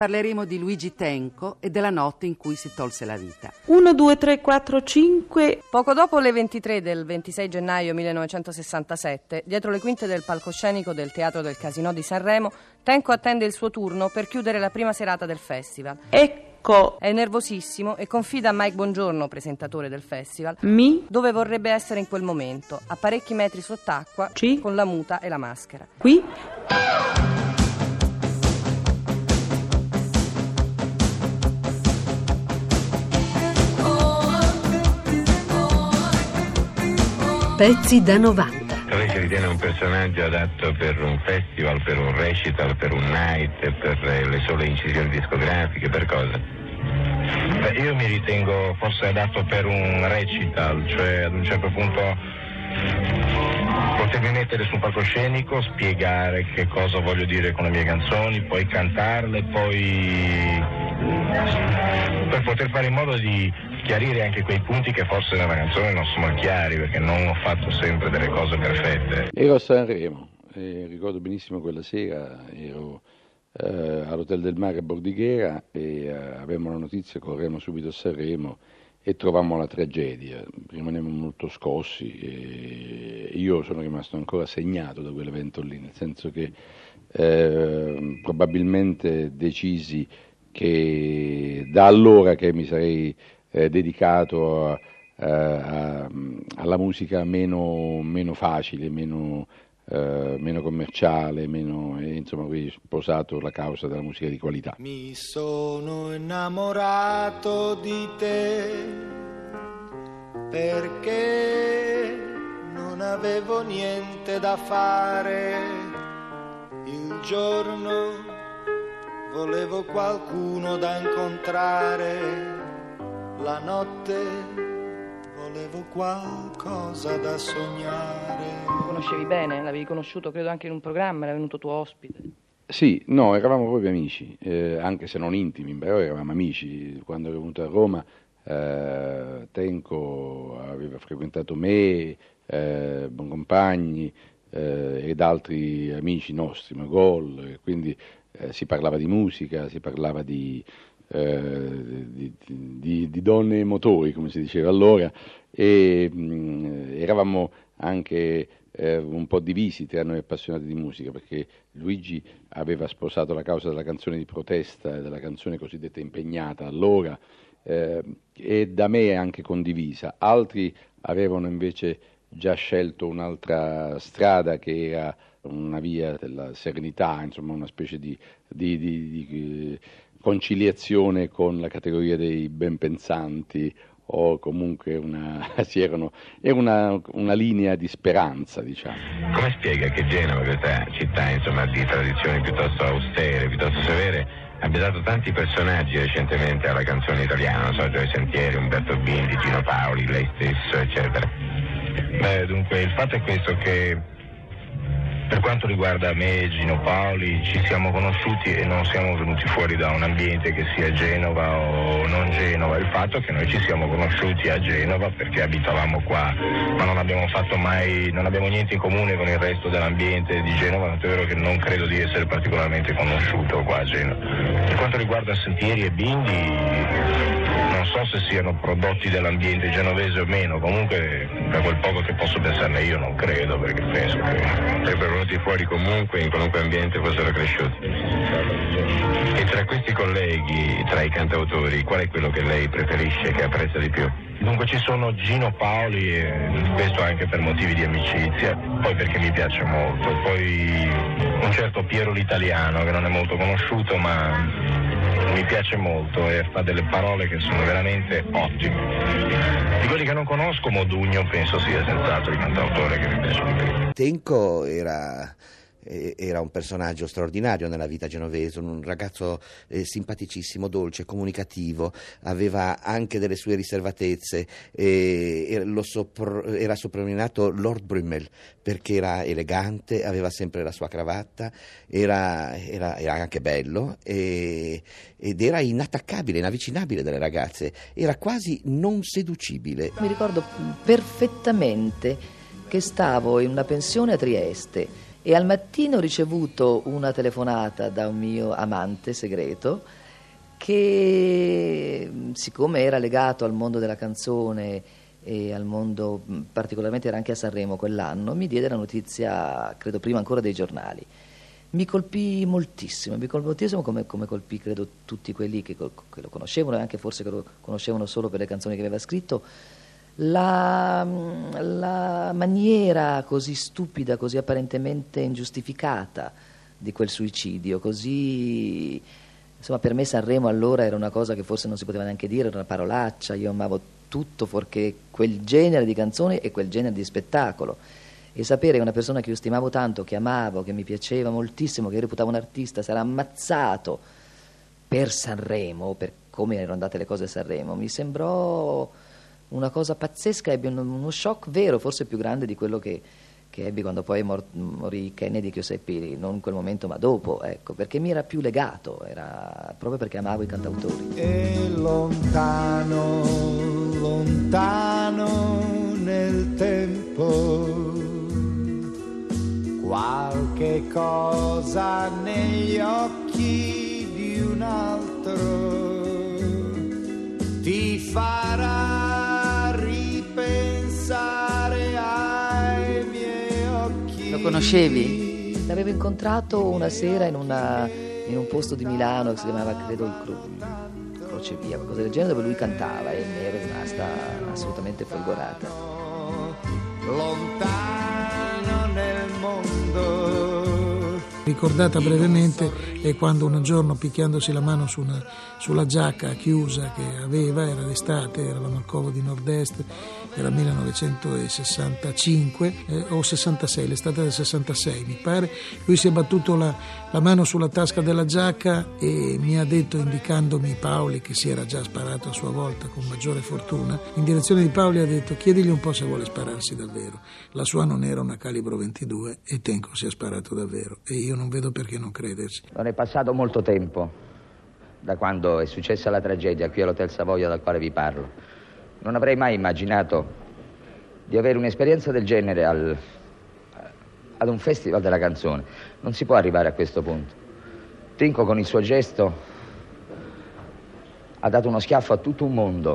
Parleremo di Luigi Tenco e della notte in cui si tolse la vita. 1, 2, 3, 4, 5. Poco dopo le 23 del 26 gennaio 1967, dietro le quinte del palcoscenico del Teatro del Casinò di Sanremo, Tenco attende il suo turno per chiudere la prima serata del festival. Ecco. È nervosissimo e confida a Mike Bongiorno, presentatore del festival, Dove vorrebbe essere in quel momento, a parecchi metri sott'acqua, con la muta e la maschera. Qui. Pezzi da 90. Lei si ritiene un personaggio adatto per un festival, per un recital, per un night, per le sole incisioni discografiche, per cosa? Io mi ritengo forse adatto per un recital, cioè ad un certo punto potermi mettere su un palcoscenico, spiegare che cosa voglio dire con le mie canzoni, poi cantarle, poi per poter fare in modo di chiarire anche quei punti che forse nella canzone non sono chiari, perché non ho fatto sempre delle cose perfette. Ero a Sanremo, ricordo benissimo quella sera, ero all'Hotel del Mare a Bordighera e avevamo la notizia, corremmo subito a Sanremo e trovammo la tragedia, rimanemmo molto scossi e io sono rimasto ancora segnato da quell'evento lì, nel senso che probabilmente decisi che da allora che mi sarei dedicato alla musica meno facile, meno commerciale, insomma, sposato la causa della musica di qualità. Mi sono innamorato di te perché non avevo niente da fare. Il giorno volevo qualcuno da incontrare, la notte volevo qualcosa da sognare. Lo conoscevi bene? L'avevi conosciuto credo anche in un programma, era venuto tuo ospite. Sì, no, eravamo proprio amici, anche se non intimi, però eravamo amici. Quando ero venuto a Roma Tenco aveva frequentato me, Boncompagni ed altri amici nostri, Magol, quindi si parlava di musica, si parlava di donne e motori, come si diceva allora, e eravamo anche un po' divisi tra noi appassionati di musica, perché Luigi aveva sposato la causa della canzone di protesta e della canzone cosiddetta impegnata allora, e da me anche condivisa. Altri avevano invece già scelto un'altra strada, che era una via della serenità, insomma una specie di conciliazione con la categoria dei ben pensanti, o comunque era una linea di speranza, diciamo. Come spiega che Genova, questa città insomma di tradizioni piuttosto austere, piuttosto severe, abbia dato tanti personaggi recentemente alla canzone italiana, non so, Gioia Sentieri, Umberto Bindi, Gino Paoli, lei stesso, eccetera? Dunque il fatto è questo, che per quanto riguarda me e Gino Paoli ci siamo conosciuti e non siamo venuti fuori da un ambiente che sia Genova o non Genova. Il fatto è che noi ci siamo conosciuti a Genova perché abitavamo qua, ma non abbiamo niente in comune con il resto dell'ambiente di Genova, tanto è vero che non credo di essere particolarmente conosciuto qua a Genova. Per quanto riguarda Sentieri e Bindi, non so se siano prodotti dell'ambiente genovese o meno, comunque da quel poco che posso pensarne io non credo, perché penso che sarebbero venuti fuori comunque in qualunque ambiente fossero cresciuti. E tra questi colleghi, tra i cantautori, qual è quello che lei preferisce, che apprezza di più? Dunque ci sono Gino Paoli, e questo anche per motivi di amicizia, poi perché mi piace molto, poi un certo Piero l'Italiano, che non è molto conosciuto ma mi piace molto e fa delle parole che sono veramente ottime. Di quelli che non conosco, Modugno penso sia senz'altro il cantautore che mi piace di più. Tenco era un personaggio straordinario nella vita genovese, un ragazzo simpaticissimo, dolce, comunicativo, aveva anche delle sue riservatezze, era soprannominato Lord Brummel perché era elegante, aveva sempre la sua cravatta, era anche bello ed era inattaccabile, inavvicinabile dalle ragazze, era quasi non seducibile. Mi ricordo perfettamente che stavo in una pensione a Trieste E al mattino ho ricevuto una telefonata da un mio amante segreto che, siccome era legato al mondo della canzone e al mondo, particolarmente era anche a Sanremo quell'anno, mi diede la notizia, credo prima ancora dei giornali. Mi colpì moltissimo come colpì credo tutti quelli che lo conoscevano e anche forse che lo conoscevano solo per le canzoni che aveva scritto, la maniera così stupida, così apparentemente ingiustificata di quel suicidio, così, insomma, per me Sanremo allora era una cosa che forse non si poteva neanche dire, era una parolaccia. Io amavo tutto fuorché quel genere di canzoni e quel genere di spettacolo, e sapere che una persona che io stimavo tanto, che amavo, che mi piaceva moltissimo, che io reputavo un artista, sarà ammazzato per Sanremo, per come erano andate le cose a Sanremo, mi sembrò una cosa pazzesca. Ebbi uno shock vero, forse più grande di quello che ebbi quando poi morì Kennedy, che io seppi non in quel momento ma dopo, ecco, perché mi era più legato, era proprio perché amavo i cantautori. E lontano, lontano nel tempo, qualche cosa negli occhi di un altro ti farà ripensare ai miei occhi. Lo conoscevi? L'avevo incontrato una sera in un posto di Milano che si chiamava, credo, il Crocevia, qualcosa del genere, dove lui cantava e mi ero rimasta assolutamente folgorata. Lontano nel mondo. Ricordata brevemente è quando un giorno, picchiandosi la mano sulla giacca chiusa che aveva, era d'estate, eravamo al Covo di Nord-Est, era 1965 o 66, l'estate del 66 mi pare, lui si è battuto la mano sulla tasca della giacca e mi ha detto, indicandomi Paoli, che si era già sparato a sua volta con maggiore fortuna, in direzione di Paoli ha detto: chiedigli un po' se vuole spararsi davvero. La sua non era una calibro 22 e Tenco si è sparato davvero, e io non vedo perché non crederci. Non è passato molto tempo da quando è successa la tragedia qui all'Hotel Savoia dal quale vi parlo. Non avrei mai immaginato di avere un'esperienza del genere ad un festival della canzone. Non si può arrivare a questo punto. Tenco con il suo gesto ha dato uno schiaffo a tutto un mondo.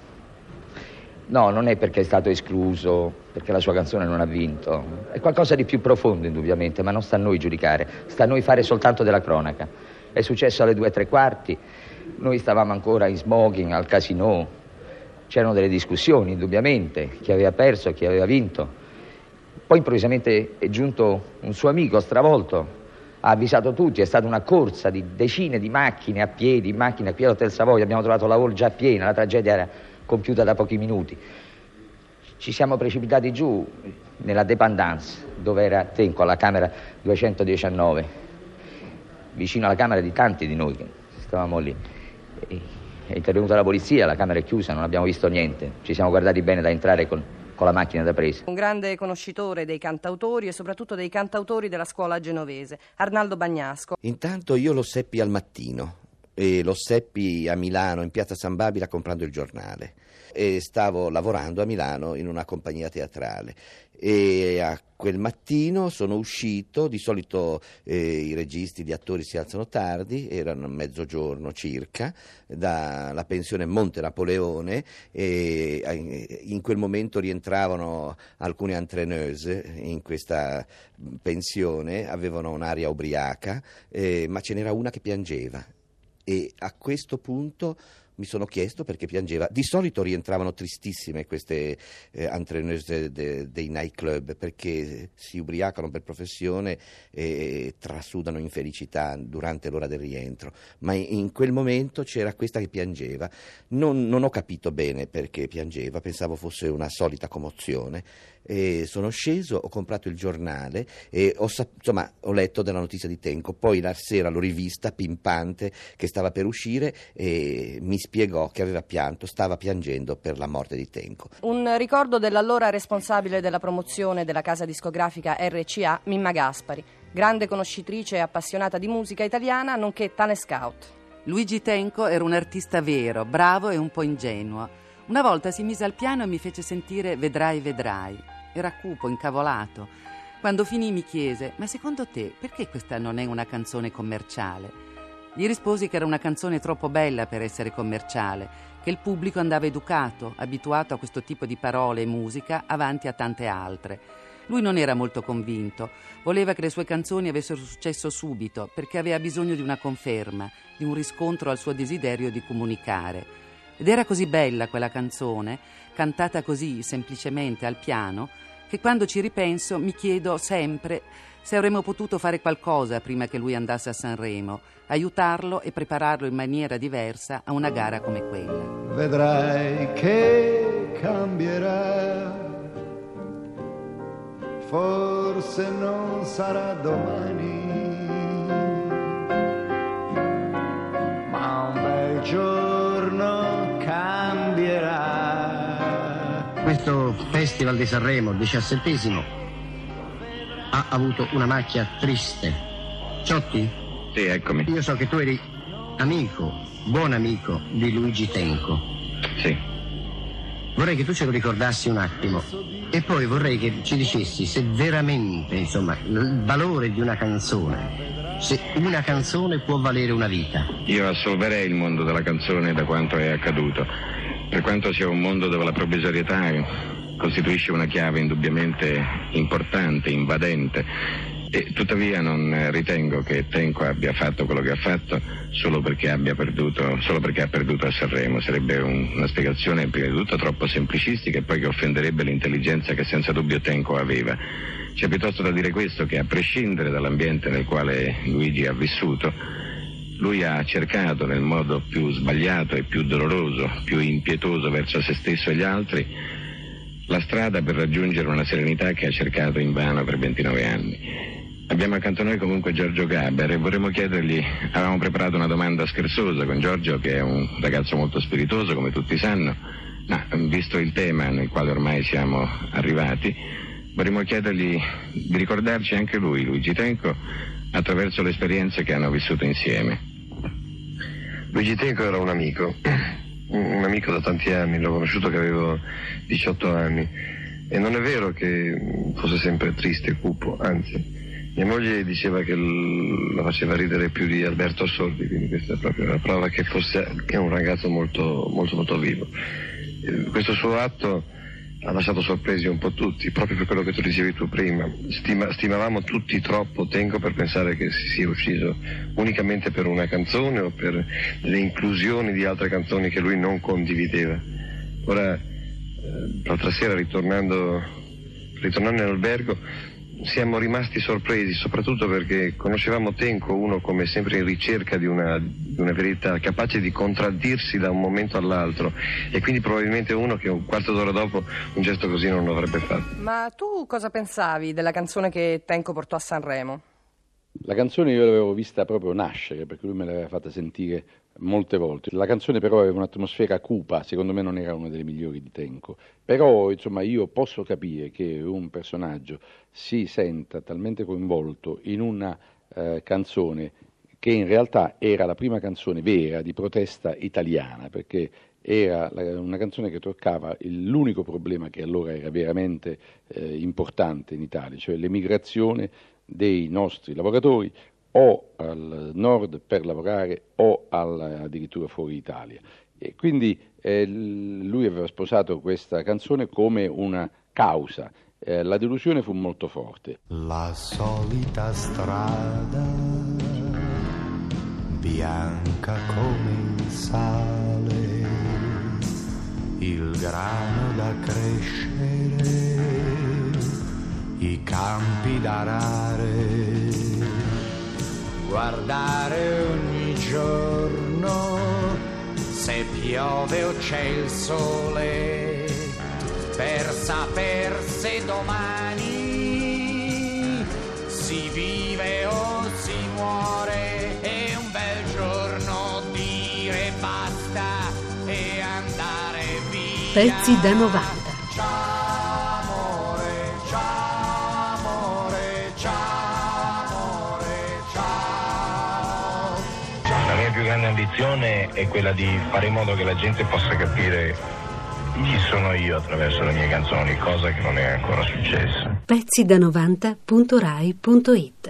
No, non è perché è stato escluso, perché la sua canzone non ha vinto. È qualcosa di più profondo, indubbiamente, ma non sta a noi giudicare, sta a noi fare soltanto della cronaca. È successo alle 2:15, noi stavamo ancora in smoking al Casino, c'erano delle discussioni, indubbiamente, chi aveva perso, chi aveva vinto. Poi improvvisamente è giunto un suo amico stravolto, ha avvisato tutti, è stata una corsa di decine di macchine a piedi, in macchina qui all'Hotel Savoia, abbiamo trovato la hall già piena, la tragedia era compiuta da pochi minuti. Ci siamo precipitati giù nella dépendance, dove era Tenco, alla camera 219, vicino alla camera di tanti di noi che stavamo lì. È intervenuta la polizia, la camera è chiusa, non abbiamo visto niente, ci siamo guardati bene da entrare con la macchina da presa. Un grande conoscitore dei cantautori e soprattutto dei cantautori della scuola genovese, Arnaldo Bagnasco. Intanto io lo seppi al mattino e lo seppi a Milano, in piazza San Babila, comprando il giornale, e stavo lavorando a Milano in una compagnia teatrale e a quel mattino sono uscito. Di solito i registi, gli attori si alzano tardi, erano mezzogiorno circa, dalla pensione Monte Napoleone, e in quel momento rientravano alcune entraîneuse in questa pensione, avevano un'aria ubriaca, ma ce n'era una che piangeva. E a questo punto mi sono chiesto perché piangeva. Di solito rientravano tristissime queste entraîneuse dei nightclub, perché si ubriacano per professione e trasudano infelicità durante l'ora del rientro, ma in quel momento c'era questa che piangeva. Non ho capito bene perché piangeva, pensavo fosse una solita commozione. E sono sceso, ho comprato il giornale e ho letto della notizia di Tenco. Poi la sera l'ho rivista pimpante che stava per uscire e mi spiegò che aveva pianto, stava piangendo per la morte di Tenco. Un ricordo dell'allora responsabile della promozione della casa discografica RCA, Mimma Gaspari, grande conoscitrice e appassionata di musica italiana, nonché tale scout. Luigi Tenco era un artista vero, bravo e un po' ingenuo. Una volta si mise al piano e mi fece sentire Vedrai, vedrai. Era cupo, incavolato. Quando finì mi chiese: ma secondo te perché questa non è una canzone commerciale? Gli risposi che era una canzone troppo bella per essere commerciale, che il pubblico andava educato, abituato a questo tipo di parole e musica avanti a tante altre. Lui non era molto convinto, voleva che le sue canzoni avessero successo subito perché aveva bisogno di una conferma, di un riscontro al suo desiderio di comunicare. Ed era così bella quella canzone, cantata così semplicemente al piano, che quando ci ripenso mi chiedo sempre se avremmo potuto fare qualcosa prima che lui andasse a Sanremo, aiutarlo e prepararlo in maniera diversa a una gara come quella. Vedrai che cambierà, forse non sarà domani, ma un bel giorno cambierà. Questo Festival di Sanremo, 17°, ha avuto una macchia triste. Ciotti? Sì, eccomi. Io so che tu eri amico, buon amico di Luigi Tenco. Sì. Vorrei che tu ce lo ricordassi un attimo e poi vorrei che ci dicessi se veramente, insomma, il valore di una canzone, se una canzone può valere una vita. Io assolverei il mondo della canzone da quanto è accaduto, per quanto sia un mondo dove la provvisorietà costituisce una chiave indubbiamente importante, invadente, e tuttavia non ritengo che Tenco abbia fatto quello che ha fatto solo perché ha perduto a Sanremo. Sarebbe una spiegazione prima di tutto troppo semplicistica e poi che offenderebbe l'intelligenza che senza dubbio Tenco aveva. C'è piuttosto da dire questo, che a prescindere dall'ambiente nel quale Luigi ha vissuto, lui ha cercato nel modo più sbagliato e più doloroso, più impietoso verso se stesso e gli altri, la strada per raggiungere una serenità che ha cercato invano per 29 anni. Abbiamo accanto a noi comunque Giorgio Gaber e vorremmo chiedergli, avevamo preparato una domanda scherzosa con Giorgio, che è un ragazzo molto spiritoso come tutti sanno, ma visto il tema nel quale ormai siamo arrivati, vorremmo chiedergli di ricordarci anche lui, Luigi Tenco, attraverso le esperienze che hanno vissuto insieme. Luigi Tenco era un amico da tanti anni, l'ho conosciuto che avevo 18 anni e non è vero che fosse sempre triste e cupo, anzi mia moglie diceva che la faceva ridere più di Alberto Sordi, quindi questa è proprio la prova che è un ragazzo molto, molto, molto vivo. Questo suo atto ha lasciato sorpresi un po' tutti, proprio per quello che tu dicevi tu prima. Stimavamo tutti troppo Tenco per pensare che si sia ucciso unicamente per una canzone o per le inclusioni di altre canzoni che lui non condivideva. Ora, l'altra sera ritornando in albergo, siamo rimasti sorpresi, soprattutto perché conoscevamo Tenco, uno come sempre in ricerca di una verità, capace di contraddirsi da un momento all'altro, e quindi probabilmente uno che un quarto d'ora dopo un gesto così non lo avrebbe fatto. Ma tu cosa pensavi della canzone che Tenco portò a Sanremo? La canzone io l'avevo vista proprio nascere, perché lui me l'aveva fatta sentire molte volte. La canzone però aveva un'atmosfera cupa, secondo me non era una delle migliori di Tenco. Però insomma io posso capire che un personaggio si senta talmente coinvolto in una canzone che in realtà era la prima canzone vera di protesta italiana, perché era una canzone che toccava l'unico problema che allora era veramente importante in Italia, cioè l'emigrazione dei nostri lavoratori o al nord per lavorare o addirittura fuori Italia. E quindi lui aveva sposato questa canzone come una causa. La delusione fu molto forte. La solita strada, bianca come il sale, il grano da crescere, i campi da arare, guardare ogni giorno se piove o c'è il sole, per saper se domani si vive o si muore, e un bel giorno dire basta e andare via. Pezzi da 90. La più grande ambizione è quella di fare in modo che la gente possa capire chi sono io attraverso le mie canzoni, cosa che non è ancora successa. pezzida90.rai.it